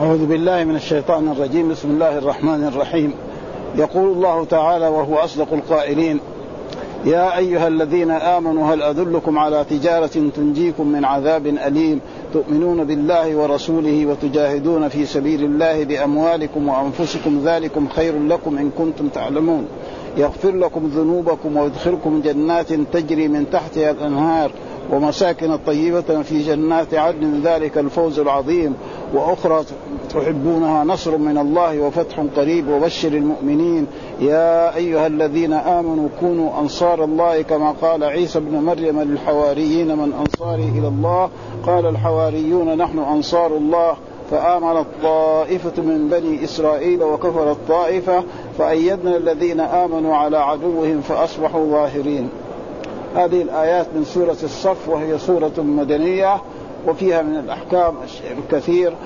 أعوذ بالله من الشيطان الرجيم. بسم الله الرحمن الرحيم. يقول الله تعالى وهو أصدق القائلين: يا أيها الذين آمنوا هل أدلكم على تجارة تنجيكم من عذاب أليم تؤمنون بالله ورسوله وتجاهدون في سبيل الله بأموالكم وأنفسكم ذلكم خير لكم إن كنتم تعلمون يغفر لكم ذنوبكم ويدخلكم جنات تجري من تحتها الأنهار ومساكن طيبة في جنات عدن ذلك الفوز العظيم وأخرى تحبونها نصر من الله وفتح قريب وبشر المؤمنين يا أيها الذين آمنوا كونوا أنصار الله كما قال عيسى ابن مريم للحواريين من أنصاري إلى الله قال الحواريون نحن أنصار الله فآمنت طائفة من بني إسرائيل وكفرت طائفة فأيدنا الذين آمنوا على عدوهم فأصبحوا ظاهرين. هذه الآيات من سورة الصف وهي سورة مدنية وفيها من الأحكام الكثير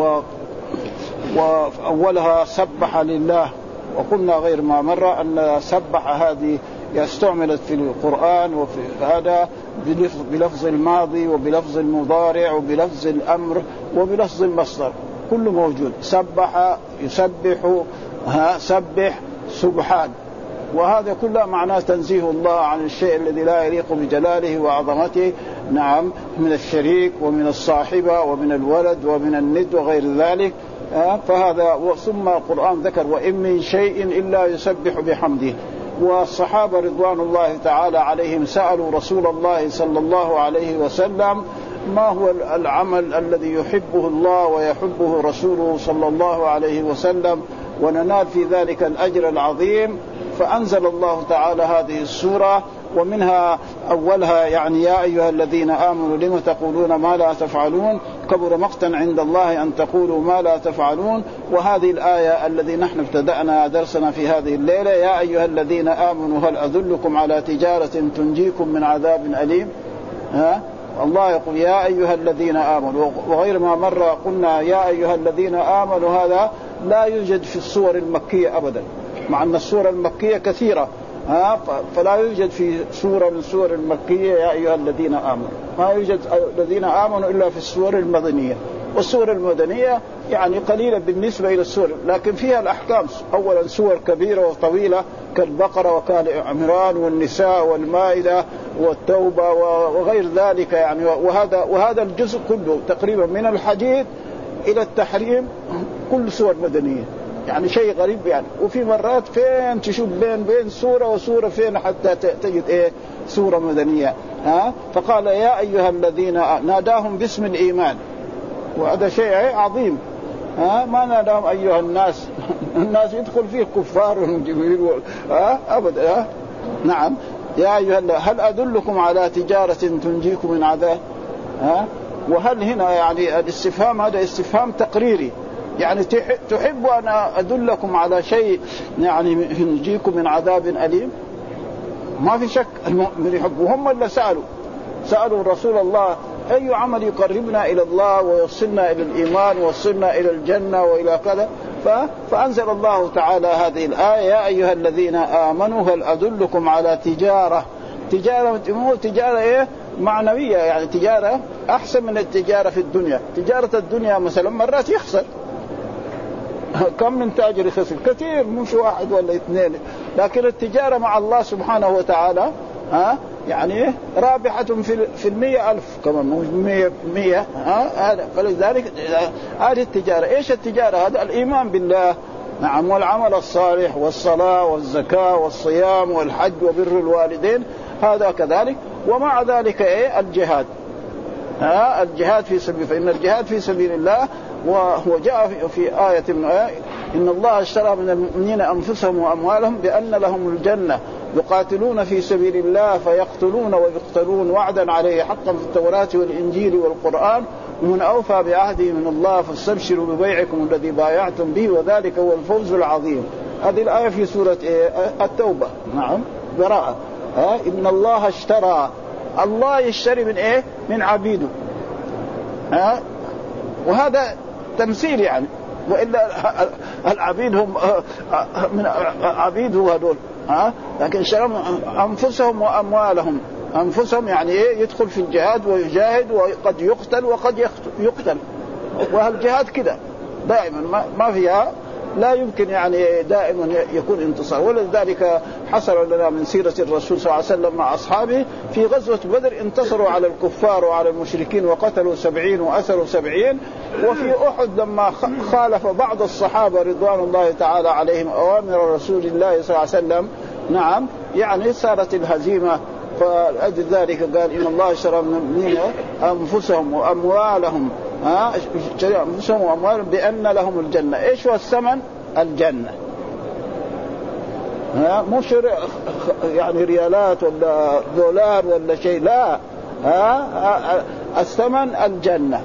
وأولها سبح لله. وقلنا غير ما مرة أن سبح هذه استعملت في القرآن وفي هذا بلفظ الماضي وبلفظ المضارع وبلفظ الأمر وبلفظ المصدر كله موجود. سبح يسبح سبح سبحان وهذا كله معناه تنزيه الله عن الشيء الذي لا يليق بجلاله وعظمته نعم من الشريك ومن الصاحبة ومن الولد ومن الند وغير ذلك. فهذا ثم القرآن ذكر وإن من شيء إلا يسبح بحمده. والصحابة رضوان الله تعالى عليهم سألوا رسول الله صلى الله عليه وسلم ما هو العمل الذي يحبه الله ويحبه رسوله صلى الله عليه وسلم وننال في ذلك الأجر العظيم. فأنزل الله تعالى هذه السورة ومنها أولها يعني يا أيها الذين آمنوا لم تقولون ما لا تفعلون كبر مقتا عند الله أن تقولوا ما لا تفعلون. وهذه الآية الذي نحن ابتدأنا درسنا في هذه الليلة يا أيها الذين آمنوا هل أدلكم على تجارة تنجيكم من عذاب أليم. الله يقول يا أيها الذين آمنوا وغير ما مرة قلنا يا أيها الذين آمنوا هذا لا يوجد في السور المكية أبدا مع أن السورة المكية كثيرة فلا يوجد في سورة من سور المكية يا أيها الذين آمنوا. ما يوجد الذين آمنوا إلا في السور المدنية والسور المدنية يعني قليلة بالنسبة إلى السور لكن فيها الأحكام. أولا سور كبيرة وطويلة كالبقرة وكال عمران والنساء والمائدة والتوبة وغير ذلك يعني وهذا الجزء كله تقريبا من الحديث إلى التحريم كل سور مدنية يعني شيء غريب يعني. وفي مرات فين تشوف بين سورة وسورة فين حتى تجد سورة مدنية. فقال يا أيها الذين ناداهم باسم الإيمان وهذا شيء عظيم. ما ناداهم أيها الناس الناس يدخل فيه كفار أبدا. نعم يا أيها هل أدلكم على تجارة تنجيكم من عذاب. وهل هنا يعني الاستفهام هذا استفهام تقريري يعني تحب أن أدلكم على شيء يعني ينجيكم من عذاب أليم. ما في شك المؤمن يحب. وهم اللي سألوا رسول الله أي عمل يقربنا إلى الله ويوصلنا إلى الإيمان ويوصلنا إلى الجنة وإلى كذا. فأنزل الله تعالى هذه الآية يا أيها الذين آمنوا هل أدلكم على تجارة معنوية يعني تجارة أحسن من التجارة في الدنيا. تجارة الدنيا مثلا مرات يخسر كم من تاجر خسر كثير مش واحد ولا اثنين لكن التجارة مع الله سبحانه وتعالى يعني رابحة في 100,000 كمان مش 100. فلذلك هذه التجارة إيش التجارة هذا الإيمان بالله نعم والعمل الصالح والصلاة والزكاة والصيام والحج وبر الوالدين هذا كذلك. ومع ذلك الجهاد الجهاد في سبيل فإن الجهاد في سبيل الله وهو جاء في آية من آيات إن الله اشترى من المؤمنين أنفسهم وأموالهم بأن لهم الجنة يقاتلون في سبيل الله فيقتلون ويقتلون وعدا عليه حقا في التوراة والإنجيل والقرآن ومن أوفى بعهده من الله فاستبشروا ببيعكم الذي بايعتم به وذلك هو الفوز العظيم. هذه الآية في سورة التوبة. نعم براءة. إن الله اشترى الله يشتري من من عبيده. وهذا تمثيل يعني وإلا العبيد هم من عبيده هذول لكن شرم أنفسهم وأموالهم. أنفسهم يعني يدخل في الجهاد ويجاهد وقد يقتل وقد يقتل وهالجهاد كده دائما ما فيها، لا يمكن يعني دائما يكون انتصار. ولذلك حصل لنا من سيرة الرسول صلى الله عليه وسلم مع أصحابه في غزوة بدر انتصروا على الكفار وعلى المشركين وقتلوا 70 وأسروا 70. وفي أحد لما خالف بعض الصحابة رضوان الله تعالى عليهم أوامر رسول الله صلى الله عليه وسلم، نعم يعني صارت الهزيمة. فلأجل ذلك قال إن الله اشترى من المؤمنين أنفسهم وأموالهم أنفسهم وأموالهم بأن لهم الجنة. إيش هو الثمن؟ الجنة، مش يعني ريالات ولا دولار ولا شيء، لا، الثمن الجنة.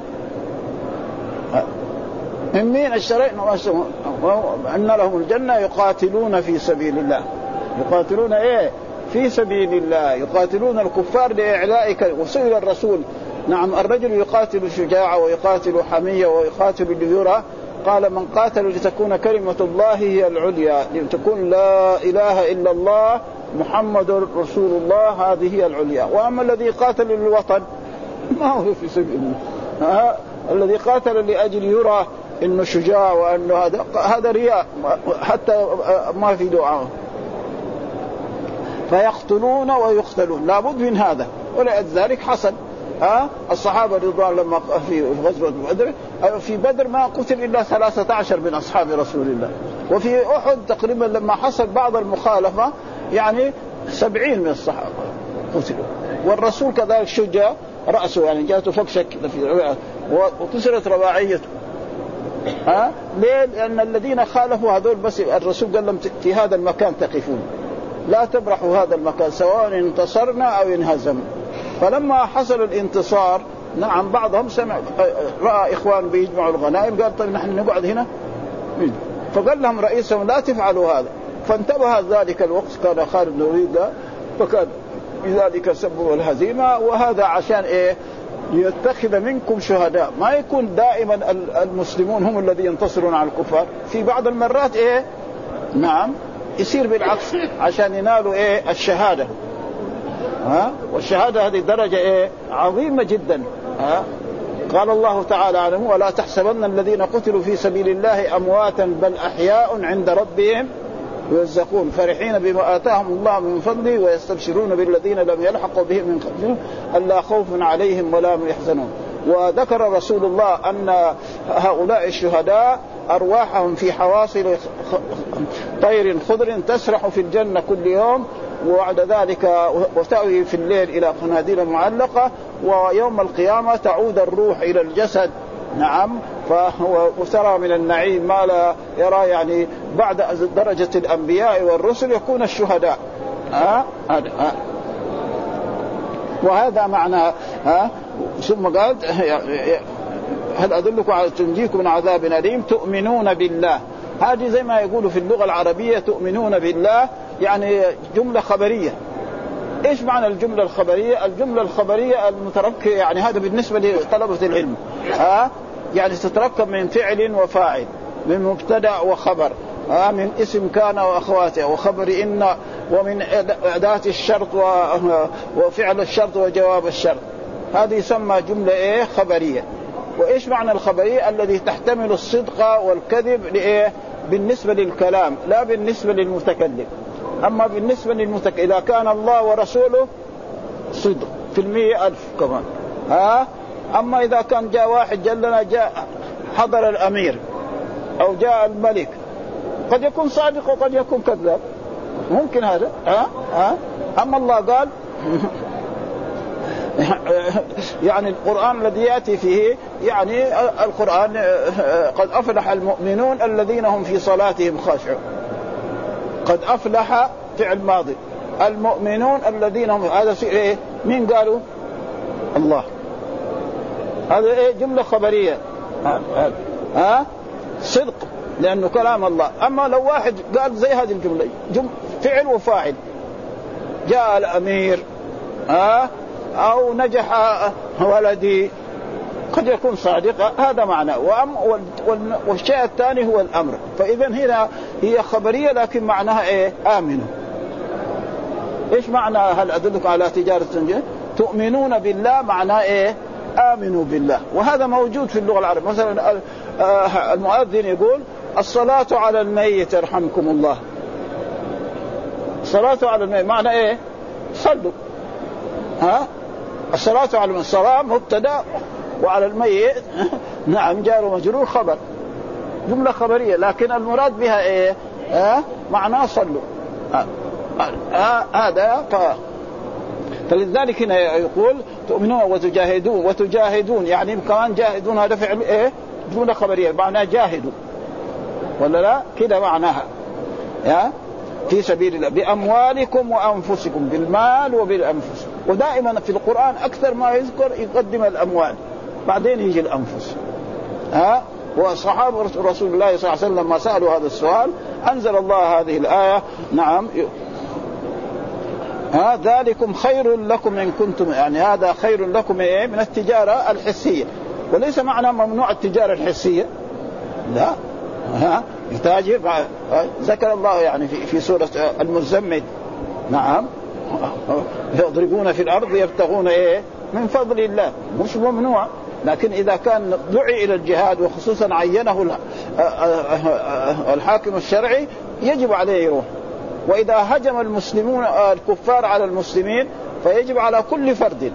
من مين اشترينا؟ أن لهم الجنة يقاتلون في سبيل الله. يقاتلون إيه؟ في سبيل الله، يقاتلون الكفار لإعلاء كلمة. وسئل الرسول نعم الرجل يقاتل شجاعة ويقاتل حمية ويقاتل ليرى، قال من قاتل لتكون كلمة الله هي العليا، لتكون لا إله إلا الله محمد رسول الله، هذه هي العليا. وأما الذي قاتل للوطن ما هو في سبيل الله، الذي قاتل لأجل يرى إنه شجاع وأنه هذا رياء، حتى ما في دعاء. فيقتلون ويقتلون، لابد من هذا. ولذلك حصل الصحابة رضوان لما في غزوة بدر، في بدر ما قتل إلا 13 من أصحاب رسول الله. وفي أحد تقريبا لما حصل بعض المخالفة يعني 70 من الصحابة قتلوا. والرسول كذلك شج رأسه، يعني جاءته فكشك وكسرت رباعيته. ليه؟ لأن الذين خالفوا هذول بس الرسول قال لهم في هذا المكان تقفون، لا تبرحوا هذا المكان سواء انتصرنا أو انهزمنا. فلما حصل الانتصار نعم بعضهم سمع رأى إخوان بيجمعوا الغنائم، قال طيب نحن نقعد هنا. فقال لهم رئيسهم لا تفعلوا هذا. فانتبه ذلك الوقت كان خالد بن الوليد، فكان بذلك سبب الهزيمة. وهذا عشان إيه؟ يتخذ منكم شهداء، ما يكون دائما المسلمون هم الذين ينتصرون على الكفار. في بعض المرات إيه؟ نعم يصير بالعكس عشان ينالوا إيه؟ الشهادة. والشهادة هذه درجة إيه؟ عظيمة جدا. قال الله تعالى عنهم ولا تحسبن الذين قتلوا في سبيل الله أمواتا بل أحياء عند ربهم يرزقون فرحين بما آتاهم الله من فضله ويستبشرون بالذين لم يلحقوا بهم من خلفهم ألا خوف عليهم ولا هم يحزنون. وذكر رسول الله أن هؤلاء الشهداء أرواحهم في حواصل طير خضر تسرح في الجنة كل يوم، وبعد ذلك وتأوي في الليل إلى قناديل معلقة، ويوم القيامة تعود الروح إلى الجسد. نعم وترى من النعيم ما لا يرى، يعني بعد درجة الأنبياء والرسل يكون الشهداء. وهذا معنى ثم قال هل أدلكم على تنجيكم من عذاب أليم تؤمنون بالله. هذه زي ما يقولوا في اللغة العربية تؤمنون بالله يعني جملة خبرية. إيش معنى الجملة الخبرية؟ الجملة الخبرية المتركبة يعني هذا بالنسبة لطلبة العلم يعني تتركب من فعل وفاعل، من مبتدأ وخبر، من اسم كان وأخواته وخبر إن، ومن أداة الشرط وفعل الشرط وجواب الشرط. هذه يسمى جملة إيه؟ خبرية. وإيش معنى الخبرية؟ الذي تحتمل الصدق والكذب لإيه؟ بالنسبة للكلام لا بالنسبة للمتكلم. أما بالنسبة للمتكلم إذا كان الله ورسوله صدق في 100,000 كمان. أما إذا كان جاء واحد جلنا جاء حضر الأمير أو جاء الملك قد يكون صادق وقد يكون كذاب، ممكن هذا. أما الله قال يعني القرآن الذي يأتي فيه يعني القرآن قد أفلح المؤمنون الذين هم في صلاتهم خاشعون. قد أفلح فعل ماضي، المؤمنون الذين هم، هذا إيه؟ مين قالوا؟ الله. هذا إيه؟ جملة خبرية صدق لأنه كلام الله. أما لو واحد قال زي هذه الجملة فعل وفاعل، جاء الأمير أو نجح ولدي، قد يكون صادق، هذا معناه. والشيء الثاني هو الأمر. فإذا هنا هي خبرية لكن معناها إيه؟ آمنوا. إيش معنى هل أدلك على تجارة تنجي؟ تؤمنون بالله معناه إيه؟ آمنوا بالله. وهذا موجود في اللغة العربية. مثلا المؤذن يقول الصلاة على الميت يرحمكم الله. الصلاة على الميت معنى إيه؟ صلوا. الصلاة على الصلاة مبتدأ وعلى الميت نعم جار ومجرور خبر، جملة خبرية، لكن المراد بها إيه؟ معناه صلوا. هذا فلذلك هنا يقول تؤمنون وتجاهدون يعني كمان جاهدون، هذا فعل إيه؟ جملة خبرية معناه جاهدوا ولا لا؟ كده معناها في سبيل الله بأموالكم وأنفسكم، بالمال وبالأنفس. ودائما في القرآن أكثر ما يذكر يقدم الأموال بعدين يجي الأنفس. وصحابة رسول الله صلى الله عليه وسلم ما سألوا هذا السؤال أنزل الله هذه الآية نعم ذلكم خير لكم إن كنتم، يعني هذا خير لكم إيه؟ من التجارة الحسية. وليس معنى ممنوع التجارة الحسية، لا يتاجر. ذكر الله يعني في سورة المزمل نعم يضربون في الأرض يبتغون إيه؟ من فضل الله، مش ممنوع. لكن إذا كان دعي إلى الجهاد وخصوصا عينه الحاكم الشرعي يجب عليه يروح. وإذا هجم المسلمون الكفار على المسلمين فيجب على كل فرد.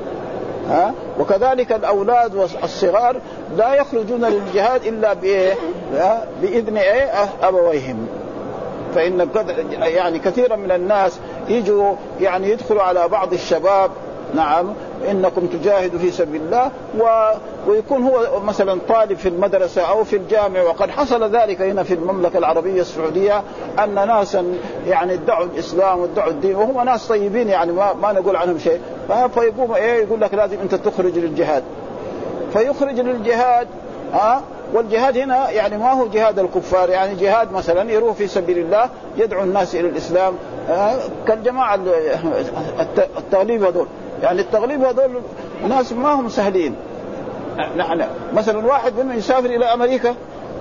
وكذلك الأولاد والصغار لا يخرجون للجهاد إلا بإذن أبويهم. فإن يعني كثيرا من الناس يجوا يعني يدخلوا على بعض الشباب نعم إنكم تجاهدوا في سبيل الله، ويكون هو مثلا طالب في المدرسة أو في الجامع. وقد حصل ذلك هنا في المملكة العربية السعودية أن ناسا يعني ادعوا الإسلام وادعوا الدين وهم ناس طيبين يعني ما نقول عنهم شيء، فيقوم يقول لك لازم أنت تخرج للجهاد، فيخرج للجهاد. والجهاد هنا يعني ما هو جهاد الكفار، يعني جهاد مثلا يروح في سبيل الله يدعو الناس إلى الإسلام كالجماعة التغليب هذول. يعني التغليب هذول ناس ما هم سهلين. نحن مثلا واحد منهم يسافر إلى أمريكا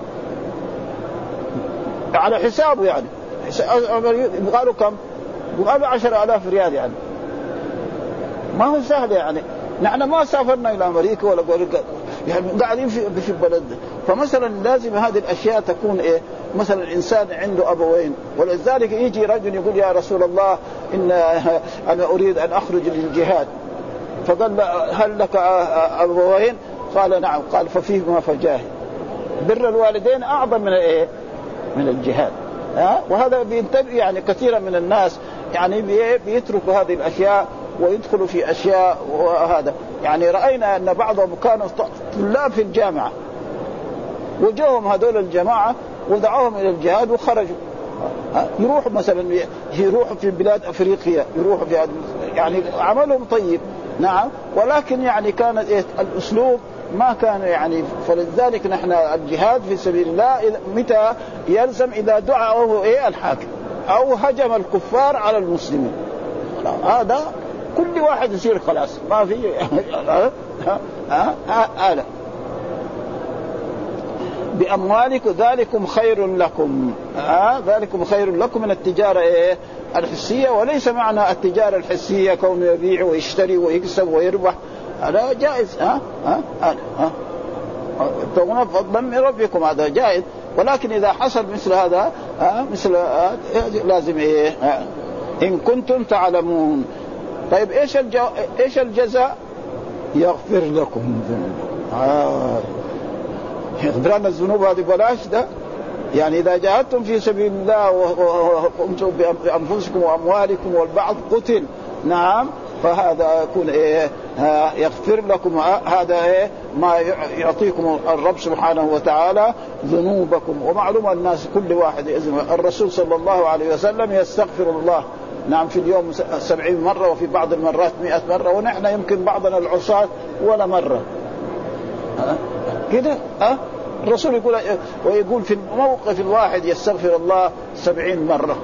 على حسابه، يعني يبغاله كم؟ يبغاله 10,000 ريال، يعني ما هو سهل. يعني نحن ما سافرنا إلى أمريكا ولا يعني قاعدين في بلد. فمثلا لازم هذه الأشياء تكون إيه؟ مثلا الإنسان عنده أبوين، ولذلك يجي رجل يقول يا رسول الله أنا أريد أن أخرج للجهاد، فقال هل لك أبوين؟ قال نعم. قال ففيهما فجاهد. بر الوالدين أعظم من إيه؟ من الجهاد. وهذا بينتبه يعني كثيرا من الناس يعني بيتركوا هذه الأشياء ويدخلوا في أشياء. وهذا يعني رأينا أن بعضهم كانوا طلاب في الجامعة وجاءهم هذول الجماعة ودعوهم إلى الجهاد وخرجوا. يروحوا مثلا يروحوا في بلاد أفريقيا، يروحوا في يعني عملهم طيب نعم، ولكن يعني كان الأسلوب ما كان يعني. فلذلك نحن الجهاد في سبيل الله متى يلزم؟ إذا دعاه الحاكم أو هجم الكفار على المسلمين. هذا كل واحد يصير خلاص ما في بأموالكم ذلكم خير لكم. ذلكم خير لكم من التجارة الحسية. وليس معنى التجارة الحسية كونه يبيع ويشتري ويكسب ويربح، هذا جائز. تغنى فضلا من ربكم، هذا جائز. ولكن إذا حصل مثل هذا مثل لازم إن كنتم تعلمون. طيب إيش الجزاء؟ يغفر لكم غفران الذنوب هذه بلاش ده. يعني إذا جاهدتم في سبيل الله وقمتم بأنفسكم وأموالكم والبعض قتل نعم، فهذا يكون يغفر لكم. هذا ما يعطيكم الرب سبحانه وتعالى ذنوبكم. ومعلوم الناس كل واحد الرسول صلى الله عليه وسلم يستغفر الله نعم في اليوم 70 مرة وفي بعض المرات 100 مرة، ونحن يمكن بعضنا العصاة ولا مرة كده. الرسول يقول ويقول في الموقف الواحد يستغفر الله 70 مرة.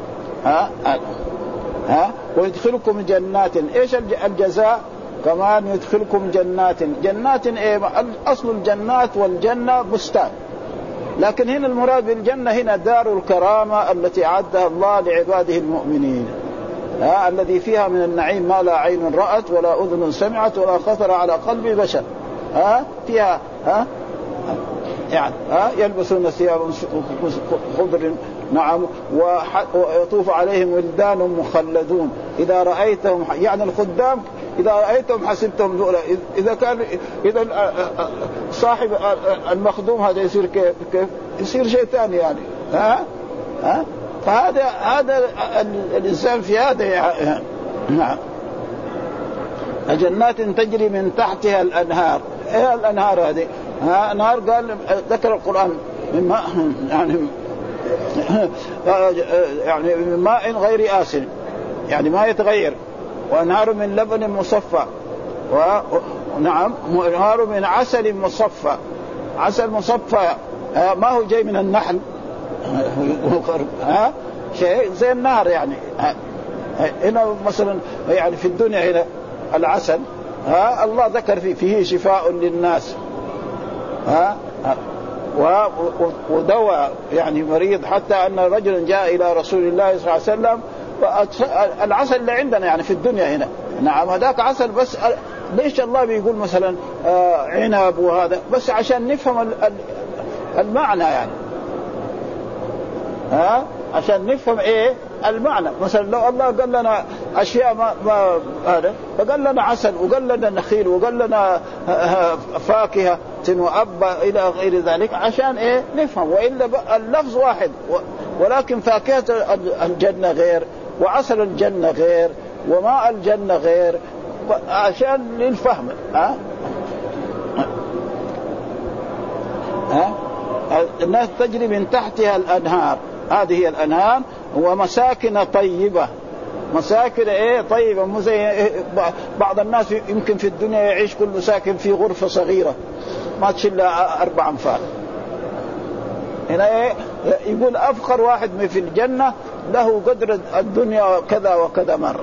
ويدخلكم جنات. ايش الجزاء؟ كمان يدخلكم جنات اصل الجنات والجنة بستان، لكن هنا المراد بالجنة هنا دار الكرامة التي أعدها الله لعباده المؤمنين، الذي فيها من النعيم ما لا عين رأت ولا أذن سمعت ولا خطر على قلب بشر. فيها يعني يلبسون ثيابا خضر نعم ويطوف عليهم ولدان مخلدون إذا رأيتهم يعني الخدام إذا رأيتهم حسبتهم ذولا إذا كان إذا صاحب المخدوم هذا يصير كيف يصير شيء ثاني يعني فهذا الإنسان في هذا يعني. نعم جنات تجري من تحتها الأنهار. إيه الأنهار هذه؟ أنهار قال ذكر القرآن من ماء يعني من ماء غير آسن يعني ما يتغير وأنهار من لبن مصفى ونعم وأنهار من عسل مصفى. عسل مصفى ما هو جاي من النحل شيء زي النهر يعني. هنا مثلا يعني في الدنيا هنا العسل الله ذكر فيه شفاء للناس ودواء يعني مريض حتى أن رجلا جاء إلى رسول الله صلى الله عليه وسلم العسل اللي عندنا يعني في الدنيا هنا نعم هذاك عسل بس ليش الله بيقول مثلا عنب وهذا بس عشان نفهم المعنى يعني عشان نفهم ايه المعنى. مثلا لو الله قال لنا اشياء ما هذا فقال لنا عسل وقال لنا نخيل وقال لنا فاكهه وابا الى غير ذلك عشان ايه نفهم والا اللفظ واحد ولكن فاكهه الجنه غير وعسل الجنه غير وماء الجنه غير عشان للفهم الناس تجري من تحتها الأنهار. هذه هي الأنهار ومساكن طيبة. مساكن إيه طيبة مو زي بعض الناس يمكن في الدنيا يعيش كل ساكن في غرفة صغيرة ما تشيل 4 أنفار. هنا إيه يقول أفخر واحد في الجنة له قدر الدنيا كذا وكذا مرة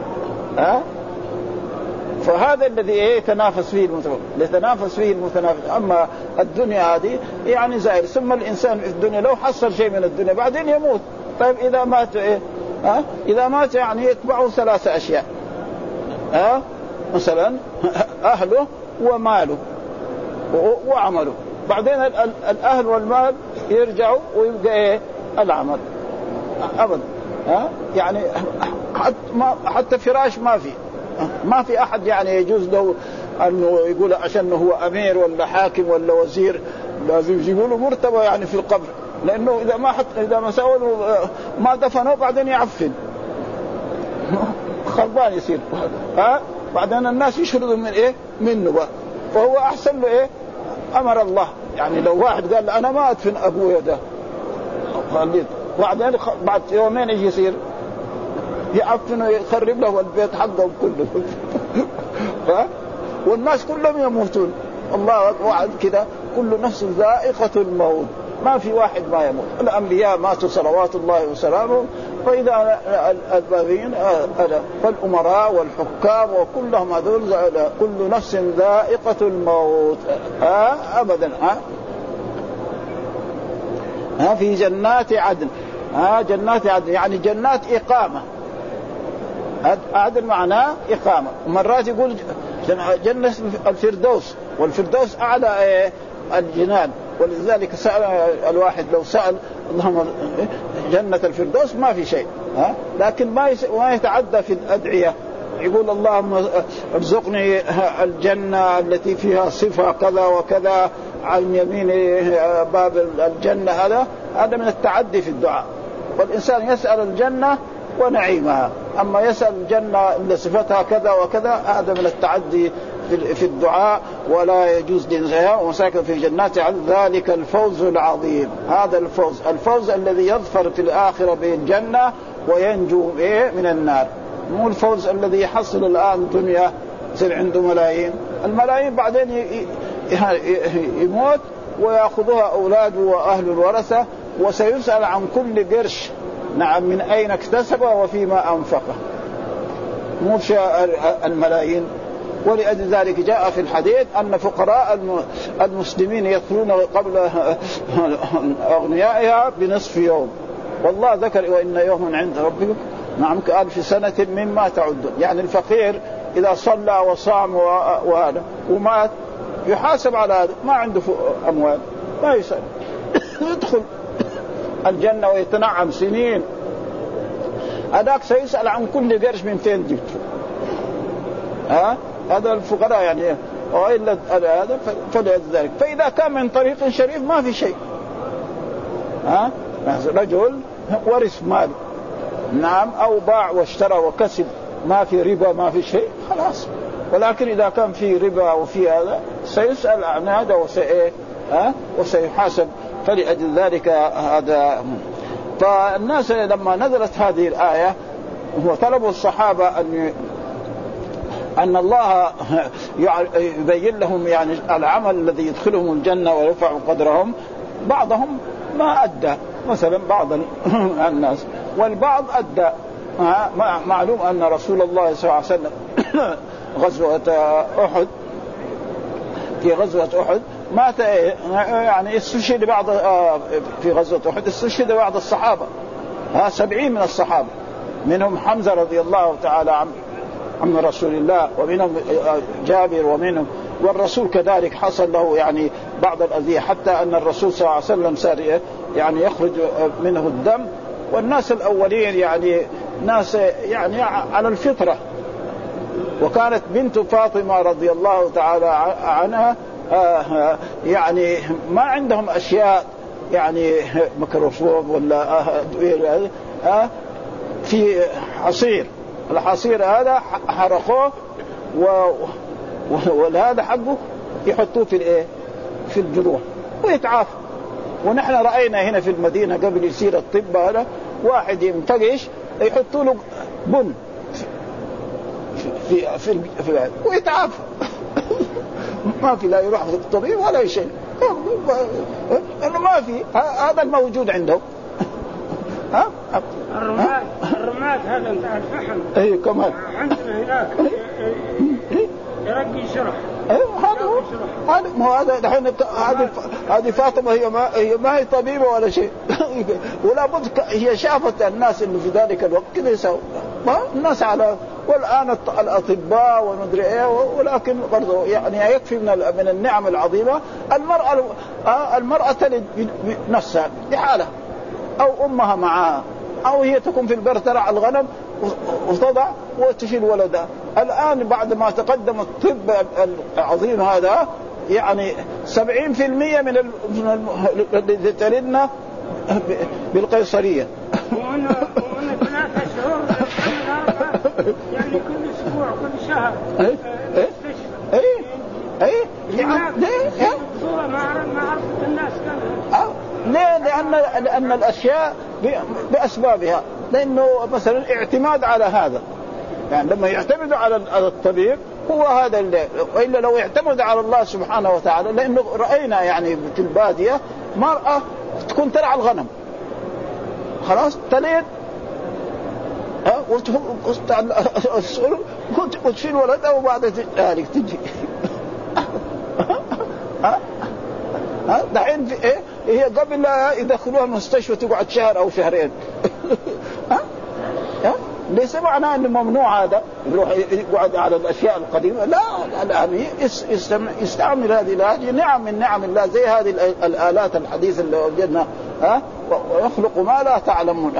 فهذا الذي يتنافس فيه يتنافس فيه المتنافس. أما الدنيا هذه يعني زائر ثم الإنسان في الدنيا لو حصل شيء من الدنيا بعدين يموت. طيب إذا مات إذا مات يعني يتبعه 3 أشياء مثلا أهله وماله وعمله. بعدين الأهل والمال يرجعوا ويبقى العمل أبدا يعني حتى فراش ما في أحد يعني يجوز له أنه يقول عشان هو أمير ولا حاكم ولا وزير لازم يقولوا مرتبة يعني في القبر لأنه إذا ما سووا ما دفنوا بعدين يعفن خربان يصير بعدين الناس يشردوا من منه بقى. فهو أحسن له أمر الله يعني لو واحد قال أنا ما أدفن أبويا ده خليت بعدين بعد يومين يجي يصير يعفن ويخرب له البيت حقه كله والناس كلهم يموتون. الله وعد كده كل نفس ذائقة الموت ما في واحد ما يموت. الأنبياء ماتوا صلوات الله وسلامه فإذا الباغين فالأمراء والحكام وكلهم هذول كل نفس ذائقة الموت أبدا في جنات عدن. جنات عدن يعني جنات إقامة. عدن معناه إقامة. مرات يقول جنة الفردوس والفردوس أعلى الجنان ولذلك سأل الواحد لو سأل اللهم جنة الفردوس ما في شيء لكن ما يتعدى في الأدعية يقول اللهم ارزقني الجنة التي فيها صفة كذا وكذا عن يمين باب الجنة. هذا من التعدي في الدعاء. والإنسان يسأل الجنة ونعيمها أما يسأل الجنة اللي صفتها كذا وكذا هذا من التعدي في الدعاء ولا يجوز للإنسان. ومساكن في جنات عدن ذلك الفوز العظيم. هذا الفوز الذي يظفر في الآخرة بالجنة وينجو من النار. مو الفوز الذي يحصل الآن دنيا يصير عنده ملايين الملايين بعدين يموت ويأخذها أولاده وأهل الورثة وسيسأل عن كل قرش نعم من أين اكتسبه وفيما أنفقه مو الملايين. ولأجل ذلك جاء في الحديث أن فقراء المسلمين يدخلون قبل أغنيائها بنصف يوم. والله ذكر وإن يوما عند ربكم نعم كألف سنة مما تعدون. يعني الفقير إذا صلى وصام وهذا ومات يحاسب على هذا، ما عنده أموال ما يسأل يدخل الجنة ويتنعم سنين. هذاك سيسأل عن كل قرش من فين جبته. هذا الفقراء يعني وإلا هذا فلذلك. فإذا كان من طريق شريف ما في شيء. رجل ورث مال نعم أو باع واشترى وكسب ما في ربا ما في شيء خلاص. ولكن إذا كان في ربا وفي هذا سيسأل عن هذا وسيحاسب. فلأجل ذلك هذا. فالناس لما نزلت هذه الآية هو طلبوا الصحابة أن الله يبين لهم يعني العمل الذي يدخلهم الجنة ويرفع قدرهم. بعضهم ما أدى مثلا بعض الناس، والبعض أدى. معلوم أن رسول الله صلى الله عليه وسلم غزوة أحد في غزوة أحد مات يعني استشهد بعض في غزوة أحد استشهد بعض الصحابة 70 من الصحابة، منهم حمزة رضي الله تعالى عن رسول الله، ومنهم جابر، ومنهم والرسول كذلك حصل له يعني بعض الأذية، حتى أن الرسول صلى الله عليه وسلم صار يعني يخرج منه الدم. والناس الأولين يعني ناس يعني على الفطرة. وكانت بنت فاطمة رضي الله تعالى عنها يعني ما عندهم أشياء يعني ميكروفون ولا في حصير. الحصير هذا حرقوه وهذا حقه يحطوه في الجروح ويتعافى. ونحن رأينا هنا في المدينة قبل يصير الطب هذا واحد ينتقش يحطوا له بن في ويتعافى ما في لا يروح الطبيب ولا شيء انه ما في هذا الموجود عندهم. الرماد هذا بتاع الفحم اي كمان عندنا هناك يرقي شرح. هذا ما هذا الحين هذه فاطمة هي ما هي طبيبة ولا شيء ولا بد هي شافت الناس اللي في ذلك الوقت كذا يسووا الناس على. والآن الأطباء وندري إيه، ولكن برضو يعني يكفي من النعم العظيمة. المرأة تلد نفسها لحالها أو أمها معها، أو هي تكون في البر ترعى الغنم وتضع وتشيل ولدها. الآن بعد ما تقدم الطب العظيم هذا يعني 70% من الذي تلدنا بالقيصرية. وأنا 3 شهور يعني كل أسبوع كل شهر صورة ما عرفت الناس كانوا ليه؟ لأن الأشياء بأسبابها. لأنه مثلا اعتماد على هذا يعني لما يعتمد على الطبيب هو هذا اللي، وإلا لو يعتمد على الله سبحانه وتعالى. لأنه رأينا يعني في البادية مرأة تكون ترعى الغنم خلاص تلد وتشيل ولدها وبعد ذلك تجي دحين في ايه هي قبل لا يدخلوها المستشفى تقعد شهر او شهرين. ليس معناه انه ممنوع هذا يروح يقعد على الاشياء القديمه. لا الان يستعمل هذه نعم من نعم الله، زي هذه الآلات الحديثة اللي وجدنا ويخلق ما لا تعلمون.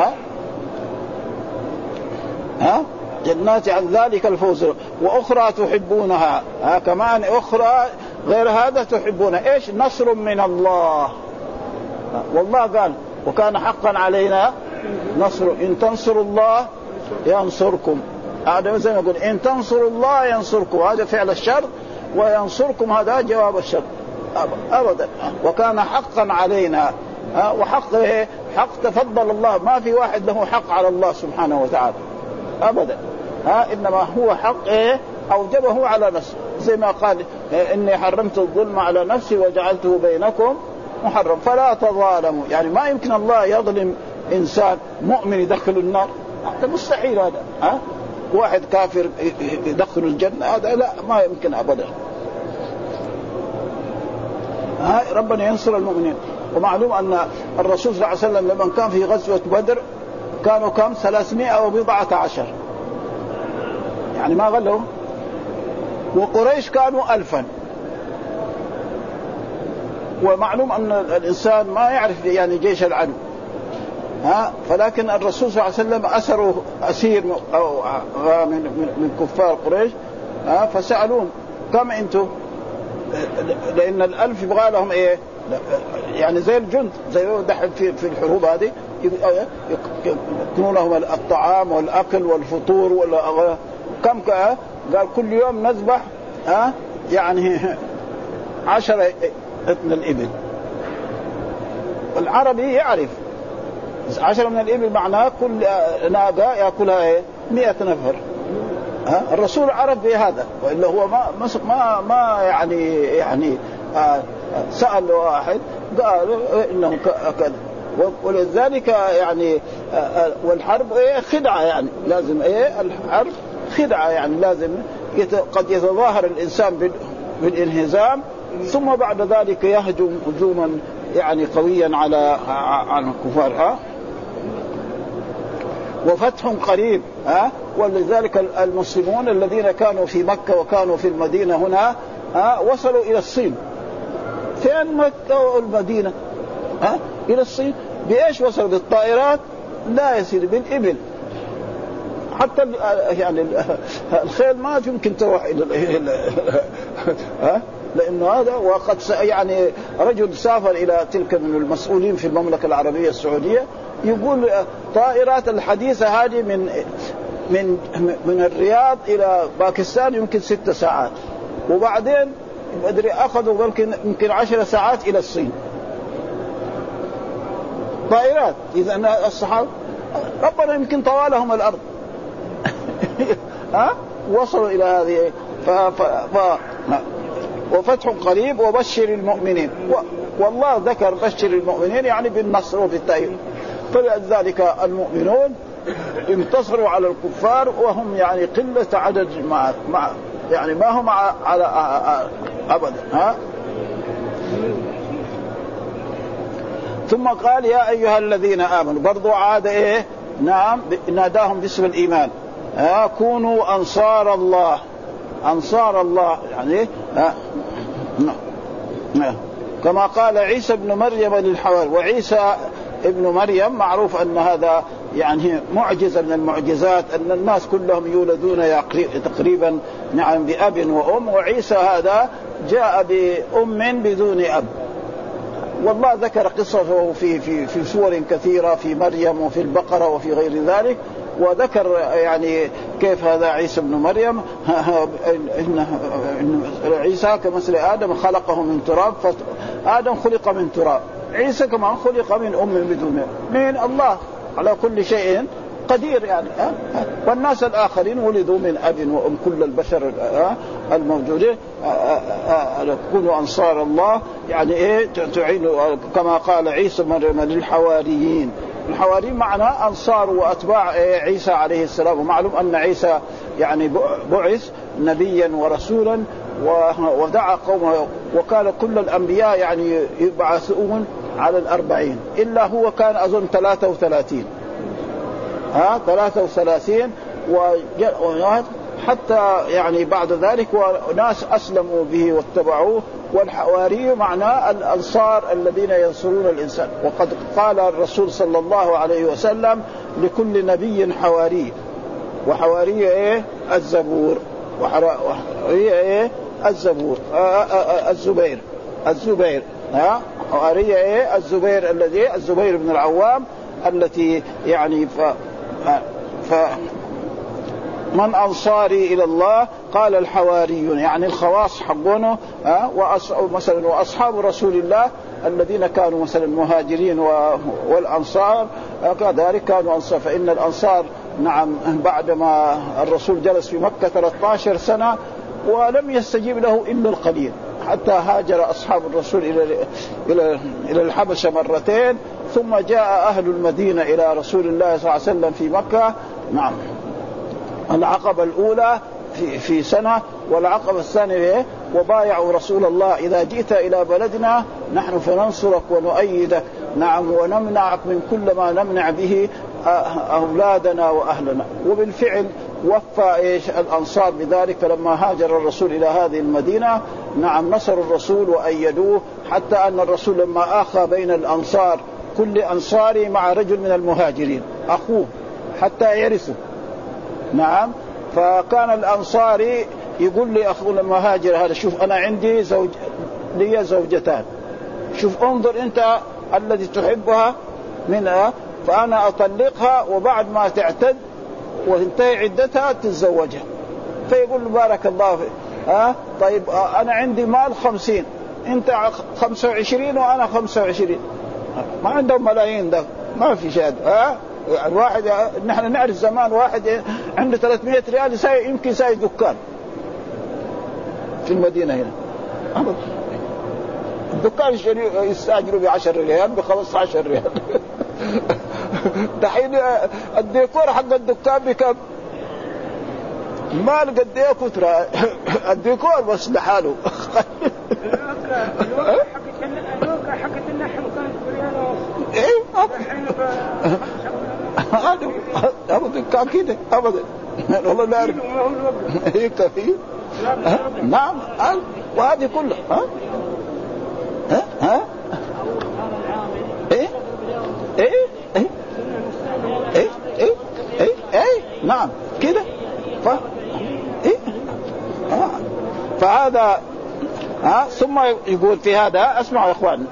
جنات عن ذلك الفوز وأخرى تحبونها. كمان أخرى غير هذا تحبون إيش؟ نصر من الله. والله قال وكان حقا علينا نصر إن تنصروا الله ينصركم. هذا زي ما يقول إن تنصروا الله ينصركم، هذا فعل الشر، وينصركم هذا جواب الشر أبدا. وكان حقا علينا. وحق حق تفضل الله، ما في واحد له حق على الله سبحانه وتعالى أبدا. إنما هو حق أوجبه على نفسه، زي ما قال إني حرمت الظلم على نفسي وجعلته بينكم محرم فلا تظالموا. يعني ما يمكن الله يظلم إنسان مؤمن يدخل النار، هذا مستحيل. هذا واحد كافر يدخل الجنة، هذا لا ما يمكن أبدا. ربنا ينصر المؤمنين. ومعلوم أن الرسول صلى الله عليه وسلم لما كان في غزوة بدر كانوا كم 314 يعني ما غلوا، وقريش كانوا 1000. ومعلوم أن الإنسان ما يعرف يعني جيش العدو، فلكن الرسول صلى الله عليه وسلم أسروا أسير أو من كفار قريش، فسألون كم أنتم؟ لأن الألف يبغى لهم إيه يعني زي الجند، زي دحين في الحروب هذه يكونون لهم الطعام والأكل والفطور كم قال كل يوم نذبح يعني 10 من الإبل. العربي يعرف 10 من الإبل معناه كل ناقة يأكلها 100 نفر. الرسول عرف بهذا، وإلا هو ما يعني سأل واحد قال إنهم كذا. ولذلك يعني والحرب خدعة، يعني لازم الحرب خدعة، يعني لازم قد يتظاهر الإنسان بالانهزام ثم بعد ذلك يهجم هجوما يعني قويا على الكفار. وفتح قريب. ولذلك المسلمون الذين كانوا في مكة وكانوا في المدينة هنا وصلوا إلى الصين. فين مكة والمدينة؟ إلى الصين. بإيش وصلوا؟ بالطائرات؟ لا يصير بالإبل. حتى يعني الخيل ما يمكن تروح إلى لأنه هذا. وقد يعني رجل سافر إلى تلك من المسؤولين في المملكة العربية السعودية يقول طائرات الحديثة هذه من الرياض إلى باكستان يمكن 6 ساعات، وبعدين أدري أخذوا يمكن 10 ساعات إلى الصين طائرات. إذا الصحابة ربنا يمكن طوالهم الأرض وصلوا إلى هذه. وفتح قريب وبشر المؤمنين. والله ذكر بشر المؤمنين يعني بالنصر وبالتأييد. فلذلك المؤمنون انتصروا على الكفار وهم يعني قلة عدد مع يعني ما هم على أبدا. ثم قال يا أيها الذين آمنوا، برضو عاد نعم ناداهم باسم الإيمان. كونوا أنصار الله. أنصار الله يعني كما قال عيسى ابن مريم للحواري. وعيسى ابن مريم معروف أن هذا يعني معجزة من المعجزات، أن الناس كلهم يولدون تقريبا نعم بأب وأم، وعيسى هذا جاء بأم بدون أب. والله ذكر قصته في سور كثيرة، في مريم وفي البقرة وفي غير ذلك، وذكر يعني كيف هذا عيسى ابن مريم إن عيسى كمثل آدم خلقه من تراب، فآدم خلق من تراب، عيسى كمان خلق من أم بدون من الله على كل شيء قدير يعني. والناس الآخرين ولدوا من أب وأم، كل البشر الموجودين. كونوا أنصار الله يعني تعينوا كما قال عيسى مريم للحواريين. الحواريين معناه أنصار وأتباع عيسى عليه السلام. ومعلوم أن عيسى يعني بعث نبيا ورسولا ودعا قومه، وكان كل الأنبياء يعني يبعثون على 40 إلا هو كان أظن 33 33 حتى يعني بعد ذلك وناس أسلموا به واتبعوه. والحواري معناه الأنصار الذين ينصرون الإنسان. وقد قال الرسول صلى الله عليه وسلم لكل نبي حواري، وحواري الزبور، وحواري الزبور الزبير حواري الزبير الذي الزبير بن العوام التي يعني من أنصاري إلى الله قال الحواريون يعني الخواص حقونه. مثلا وأصحاب رسول الله الذين كانوا مثلا المهاجرين والأنصار كذلك كانوا أنصار. فإن الأنصار نعم بعدما الرسول جلس في مكة 13 سنة ولم يستجيب له إلا القليل، حتى هاجر أصحاب الرسول إلى الحبشة مرتين، ثم جاء أهل المدينة إلى رسول الله صلى الله عليه وسلم في مكة نعم العقبة الأولى في سنة، والعقبة الثانية وبايعوا رسول الله إذا جئت إلى بلدنا نحن فننصرك ونؤيدك نعم ونمنعك من كل ما نمنع به أولادنا وأهلنا. وبالفعل وفى الأنصار بذلك لما هاجر الرسول إلى هذه المدينة نعم نصروا الرسول وأيدوه، حتى أن الرسول لما آخى بين الأنصار كل أنصاري مع رجل من المهاجرين أخوه حتى يرثوا. نعم فكان الأنصاري يقول لي أخو المهاجر هذا شوف أنا عندي لي زوجتان، شوف انظر أنت الذي تحبها منها فأنا أطلقها وبعد ما تعتد وتنتهي عدتها تتزوجها. فيقول بارك الله فيك طيب أنا عندي مال 50 أنت 25 وأنا 25 ما عندهم ملايين ده ما في شيء الواحد نحن نعرف زمان واحد عنده 300 ريال يمكن يساوي دكان في المدينة هنا. الدكان يستأجروا ب10 ريال ب15 ريال. دحين الديكور حق الدكان بكم؟ مال قد ايه كترة الديكور بس لحاله. الوكا حقت اللحم كانت بريال ونص. ايه ابدا كان كده ابدا والله لا اعرف. ايه كثير نعم وهذه كلها ايه ايه ايه ايه ايه ايه ايه نعم كده إيه؟ فهذا ثم يقول في هذا اسمعوا يا اخوان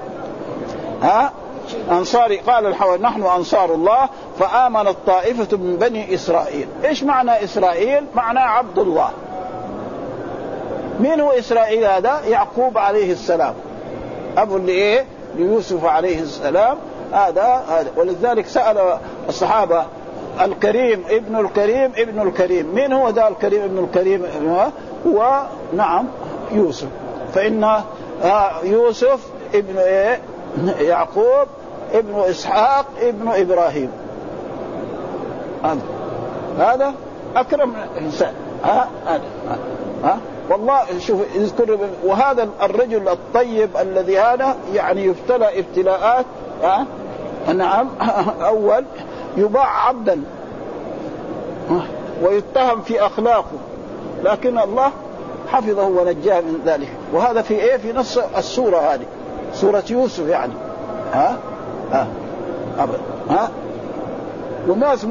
أنصاري قال الحواري نحن أنصار الله فآمنت طائفة من بني إسرائيل. إيش معنى إسرائيل؟ معنى عبد الله. مين هو إسرائيل هذا؟ يعقوب عليه السلام أبو لإيه؟ ليوسف عليه السلام. هذا ولذلك سأل الصحابة الكريم ابن الكريم ابن الكريم، مين هو ذا الكريم ابن الكريم؟ هو نعم يوسف. فإن يوسف ابن إيه؟ يعقوب ابن إسحاق ابن إبراهيم. هذا أكرم إنسان. والله شوف يذكر. وهذا الرجل الطيب الذي هذا يعني يبتلى ابتلاءات. نعم أول يباع عبدا ويتهم في أخلاقه، لكن الله حفظه ونجاه من ذلك. وهذا في إيه؟ في نص السورة هذه سورة يوسف يعني. أبدا والناس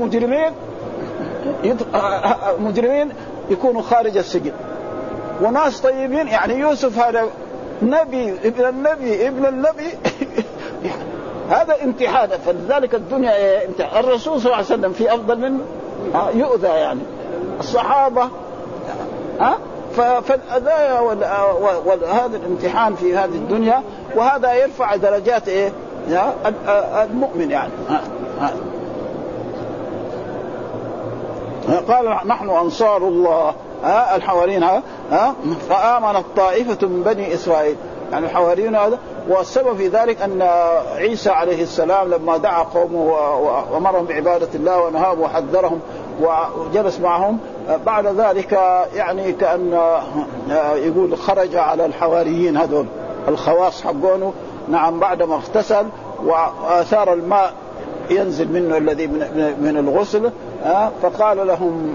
مجرمين يكونوا خارج السجن، وناس طيبين يعني يوسف هذا نبي ابن النبي ابن النبي. هذا امتحان. فلذلك الدنيا امتحان. الرسول صلى الله عليه وسلم في أفضل منه يؤذى يعني الصحابة فالأذى وهذا الامتحان في هذه الدنيا، وهذا يرفع درجات إيه المؤمن يعني. قال نحن أنصار الله الحواريين فآمنت طائفة من بني إسرائيل يعني الحواريين هذا. والسبب في ذلك أن عيسى عليه السلام لما دعا قومه وأمرهم بعبادة الله ونهاهم وحذرهم وجلس معهم بعد ذلك يعني كأن يقول خرج على الحواريين هذول الخواص حقونه. نعم بعدما اغتسل وآثار الماء ينزل منه الذي من الغسل فقال لهم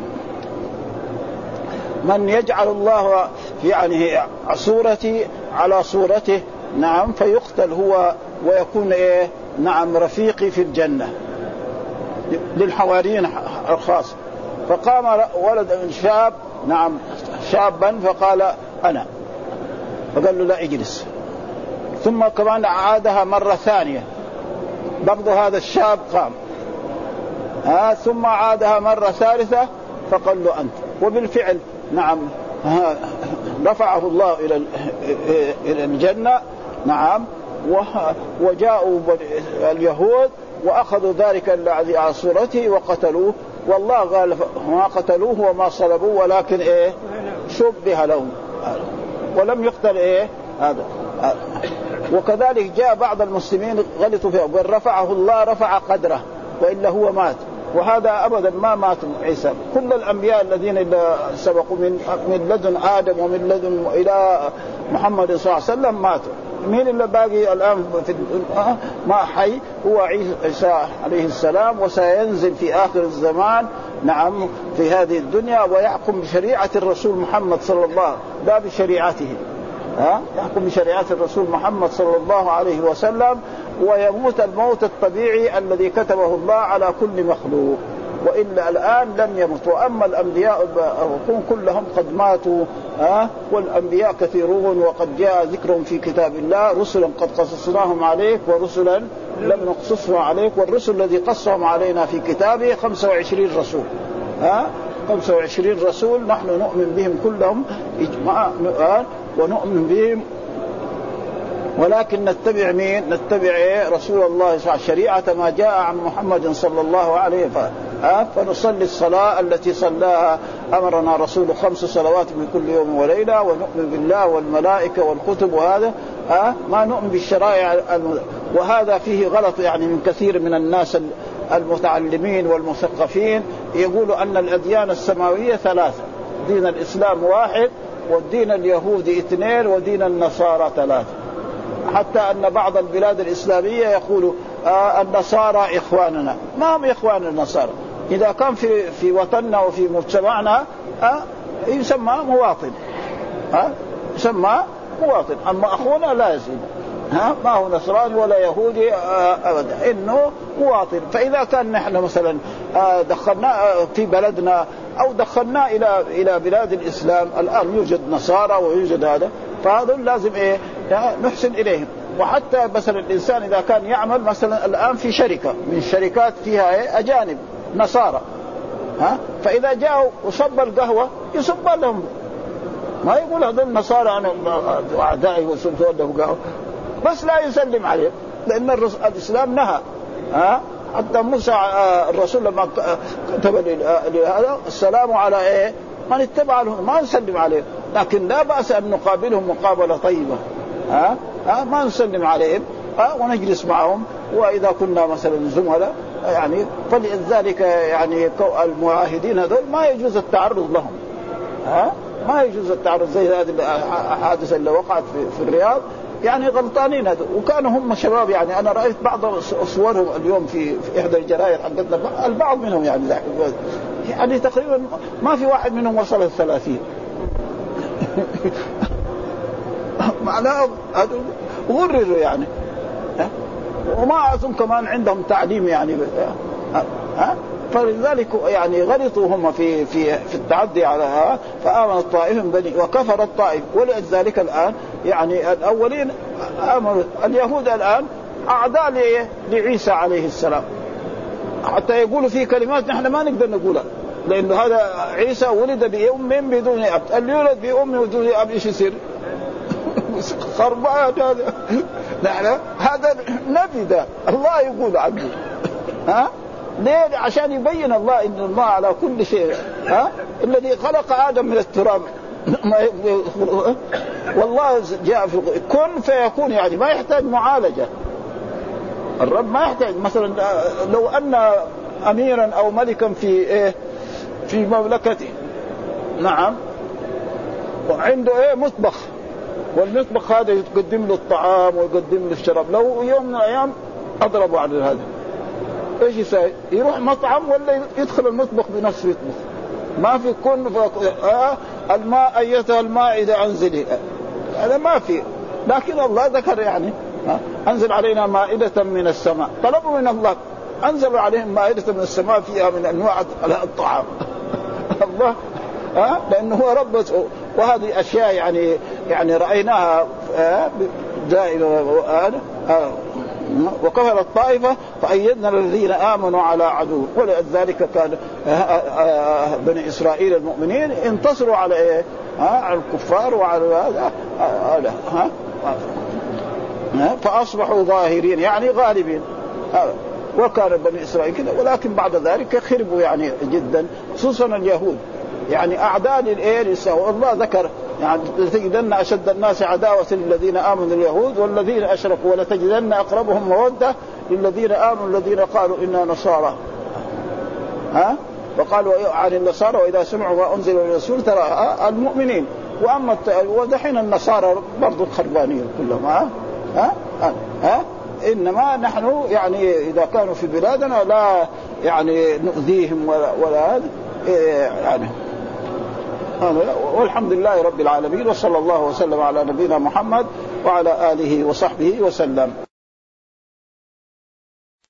من يجعل الله يعني صورتي على صورته نعم فيقتل هو ويكون إيه نعم رفيقي في الجنة للحواريين الخاص. فقام ولد من شاب نعم شابا فقال أنا، فقال له لا اجلس. ثم كمان عادها مرة ثانية برضو هذا الشاب قام ثم عادها مرة ثالثة فقال له أنت. وبالفعل نعم رفعه الله إلى الجنة. نعم وجاءوا اليهود وأخذوا ذلك الذي على صورته وقتلوه. والله قال ما قتلوه وما صلبوه ولكن إيه شبه لهم ولم يقتل إيه هذا. وكذلك جاء بعض المسلمين غلطوا فيه رفعه الله رفع قدره وإلا هو مات. وهذا أبدا ما مات عيسى. كل الأنبياء الذين سبقوا من لدن آدم ومن لدن إلى محمد صلى الله عليه وسلم ماتوا. مين اللي باقي الآن في ما حي هو عيسى عليه السلام، وسينزل في آخر الزمان نعم في هذه الدنيا ويحكم بشريعة الرسول محمد صلى الله عليه وسلم لا بشريعته. يحكم بشريعة الرسول محمد صلى الله عليه وسلم، ويموت الموت الطبيعي الذي كتبه الله على كل مخلوق، وإلا الآن لم يمت. وأما الأنبياء كلهم قد ماتوا، والأنبياء كثيرون وقد جاء ذكرهم في كتاب الله، رسلا قد قصصناهم عليك ورسلا لم نقصصهم عليك، والرسل الذي قصهم علينا في كتابه 25 رسول، 25 رسول نحن نؤمن بهم كلهم ونؤمن بهم، ولكن نتبع مين؟ نتبع رسول الله شريعة ما جاء عن محمد صلى الله عليه وسلم. فنصلي الصلاة التي صلاها أمرنا رسول 5 صلوات من كل يوم وليلة، ونؤمن بالله والملائكة والكتب، وهذا ما نؤمن بالشرائع. وهذا فيه غلط يعني من كثير من الناس المتعلمين والمثقفين، يقولوا أن الأديان السماوية 3، دين الإسلام 1، والدين اليهودي 2، ودين النصارى 3. حتى أن بعض البلاد الإسلامية يقولوا النصارى إخواننا. ما هم إخوان النصارى؟ إذا كان في وطننا وفي مجتمعنا يسمى مواطن، يسمى مواطن، أما أخونا لا يزيد، ما هو نصراني ولا يهودي أبدا، إنه مواطن. فإذا كان نحن مثلا دخلنا في بلدنا أو دخلنا إلى بلاد الإسلام، الآن يوجد نصارى ويوجد هذا، فهذا لازم نحسن إليهم. وحتى مثلا الإنسان إذا كان يعمل مثلا الآن في شركة من الشركات فيها أجانب نصارى، فإذا جاءوا وصب القهوة يصب لهم، ما يقول هذول النصارى أنا أعدائي وصبت له قهوة، بس لا يسلم عليه، لأن الإسلام نهى. حتى موسى الرسول لما كتب لهذا السلام على من اتبع لهم، ما نسلم عليه، لكن لا بأس أن نقابلهم مقابلة طيبة، ما نسلم عليهم ونجلس معهم، وإذا كنا مثلا زملاء يعني. فلذلك يعني المعاهدين هذول ما يجوز التعرض لهم، ما يجوز التعرض زي هذه الحادثة اللي وقعت في الرياض، يعني غلطانين هذول، وكانوا هم شباب. يعني أنا رأيت بعض صورهم اليوم في إحدى الجرائد حقتنا، البعض منهم يعني تقريبا ما في واحد منهم وصل 30 معناه غرروا يعني، وما أظن كمان عندهم تعليم يعني، فلذلك يعني غلطوا هم في التعدي على فآمن الطائف من بني وكفر الطائف. ولذلك الآن يعني الأولين آمنوا، اليهود الآن أعداء لعيسى عليه السلام، حتى يقولوا فيه كلمات نحن ما نقدر نقولها، لأنه هذا عيسى ولد بأم بدون أب، اللي يولد بأم بدون أب إيش يصير؟ خربان هذا. نحن هذا نبي، ده الله يقول عنه، ليه؟ عشان يبين الله إن الله على كل شيء، الذي خلق آدم من التراب والله جاء في كن فيكون، يعني ما يحتاج معالجة. الرب ما يحتاج. مثلا لو أن أميرا أو ملكا في مملكته، نعم، وعنده مطبخ، والمطبخ هذا يقدم له الطعام ويقدم له الشراب، لو يوم من الأيام أضربوا على هذا ايش يسوي؟ يروح مطعم ولا يدخل المطبخ بنفسه يطبخ؟ ما في كن الماء ايتها المائدة انزلي، هذا ما في. لكن الله ذكر يعني انزل علينا مائدة من السماء، طلبوا من الله انزل عليهم مائدة من السماء فيها من انواع الطعام الله، لانه هو رب. وهذه اشياء يعني رايناها دائما. وكفر الطائفة فأيدنا الذين آمنوا على عدو. ولذلك كان بني إسرائيل المؤمنين انتصروا على على الكفار وعلى فأصبحوا ظاهرين يعني غالبين. وكان بني إسرائيل كذا، ولكن بعد ذلك خربوا يعني جدا، خصوصا اليهود يعني أعداء للإسلام. والله ذكر يعني لتجدن أشد الناس عداوة للذين آمنوا اليهود والذين أشركوا، ولتجدن أقربهم مودة للذين آمنوا الذين قالوا إنا نصارى. وقالوا عن النصارى وإذا سمعوا ما أنزل الرسول ترى المؤمنين. وأما ودحين النصارى برضو الخربانية كلهم. إنما نحن يعني إذا كانوا في بلادنا لا يعني نؤذيهم ولا يعني والحمد لله رب العالمين، وصلى الله وسلم على نبينا محمد وعلى آله وصحبه وسلم.